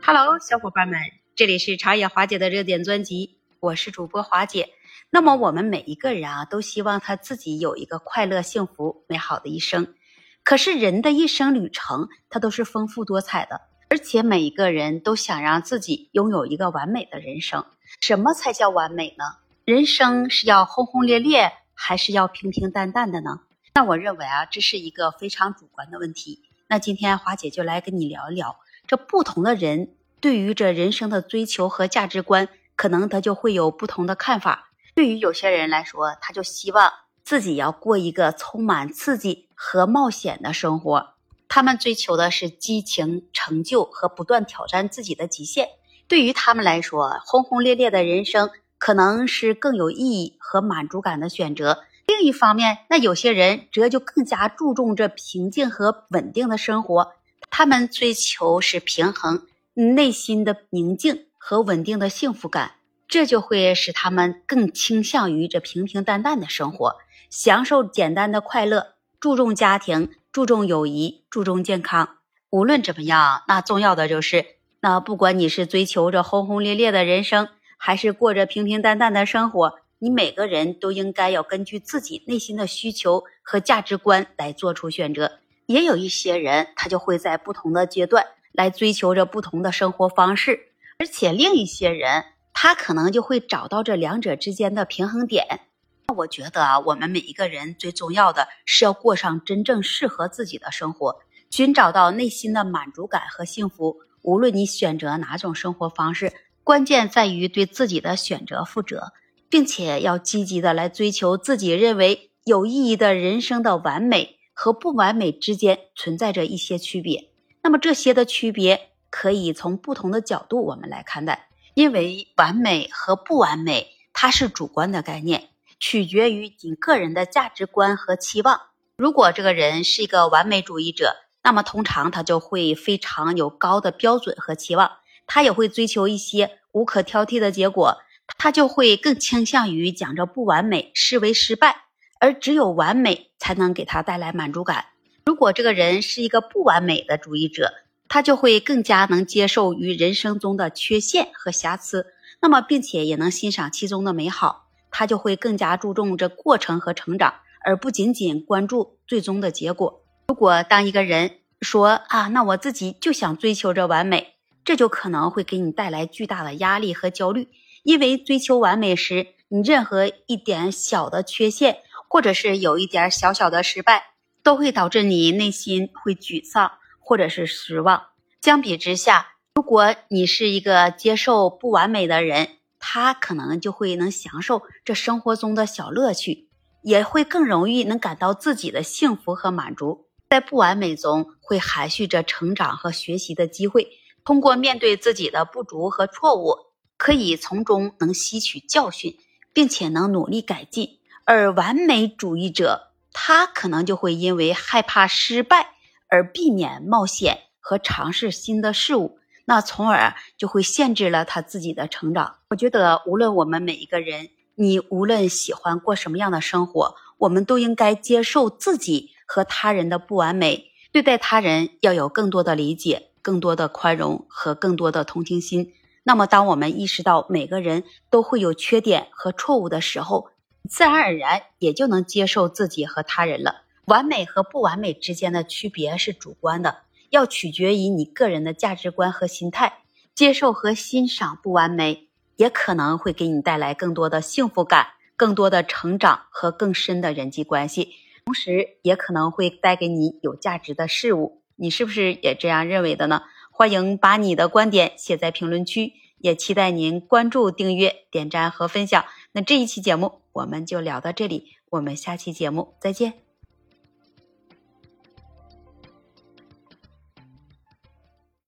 Hello， 小伙伴们，这里是长野华姐的热点专辑，我是主播华姐。那么我们每一个人都希望他自己有一个快乐、幸福、美好的一生。可是人的一生旅程，它都是丰富多彩的，而且每一个人都想让自己拥有一个完美的人生。什么才叫完美呢？人生是要轰轰烈烈，还是要平平淡淡的呢？那我认为这是一个非常主观的问题。那今天华姐就来跟你聊一聊，这不同的人对于这人生的追求和价值观，可能他就会有不同的看法。对于有些人来说，他就希望自己要过一个充满刺激和冒险的生活，他们追求的是激情、成就和不断挑战自己的极限。对于他们来说，轰轰烈烈的人生可能是更有意义和满足感的选择。另一方面，那有些人则就更加注重这平静和稳定的生活，他们追求是平衡、内心的宁静和稳定的幸福感，这就会使他们更倾向于这平平淡淡的生活，享受简单的快乐，注重家庭，注重友谊，注重健康。无论怎么样，那重要的就是那不管你是追求着轰轰烈烈的人生，还是过着平平淡淡的生活，你每个人都应该要根据自己内心的需求和价值观来做出选择。也有一些人他就会在不同的阶段来追求着不同的生活方式，而且另一些人他可能就会找到这两者之间的平衡点。我觉得我们每一个人最重要的是要过上真正适合自己的生活，寻找到内心的满足感和幸福。无论你选择哪种生活方式，关键在于对自己的选择负责，并且要积极的来追求自己认为有意义的人生的完美和不完美之间存在着一些区别。那么这些的区别可以从不同的角度我们来看待，因为完美和不完美它是主观的概念，取决于你个人的价值观和期望。如果这个人是一个完美主义者，那么通常他就会非常有高的标准和期望，他也会追求一些无可挑剔的结果，他就会更倾向于将这不完美视为失败，而只有完美才能给他带来满足感。如果这个人是一个不完美的主义者，他就会更加能接受于人生中的缺陷和瑕疵，那么并且也能欣赏其中的美好，他就会更加注重这过程和成长，而不仅仅关注最终的结果。如果当一个人说那我自己就想追求着完美，这就可能会给你带来巨大的压力和焦虑，因为追求完美时，你任何一点小的缺陷，或者是有一点小小的失败，都会导致你内心会沮丧或者是失望。相比之下，如果你是一个接受不完美的人，他可能就会能享受这生活中的小乐趣，也会更容易能感到自己的幸福和满足。在不完美中会含蓄着成长和学习的机会，通过面对自己的不足和错误，可以从中能吸取教训，并且能努力改进。而完美主义者，他可能就会因为害怕失败而避免冒险和尝试新的事物，那从而就会限制了他自己的成长。我觉得无论我们每一个人，你无论喜欢过什么样的生活，我们都应该接受自己和他人的不完美，对待他人要有更多的理解，更多的宽容和更多的同情心。那么当我们意识到每个人都会有缺点和错误的时候，自然而然也就能接受自己和他人了。完美和不完美之间的区别是主观的，要取决于你个人的价值观和心态。接受和欣赏不完美，也可能会给你带来更多的幸福感，更多的成长和更深的人际关系，同时也可能会带给你有价值的事物。你是不是也这样认为的呢？欢迎把你的观点写在评论区，也期待您关注、订阅、点赞和分享。那这一期节目我们就聊到这里，我们下期节目再见。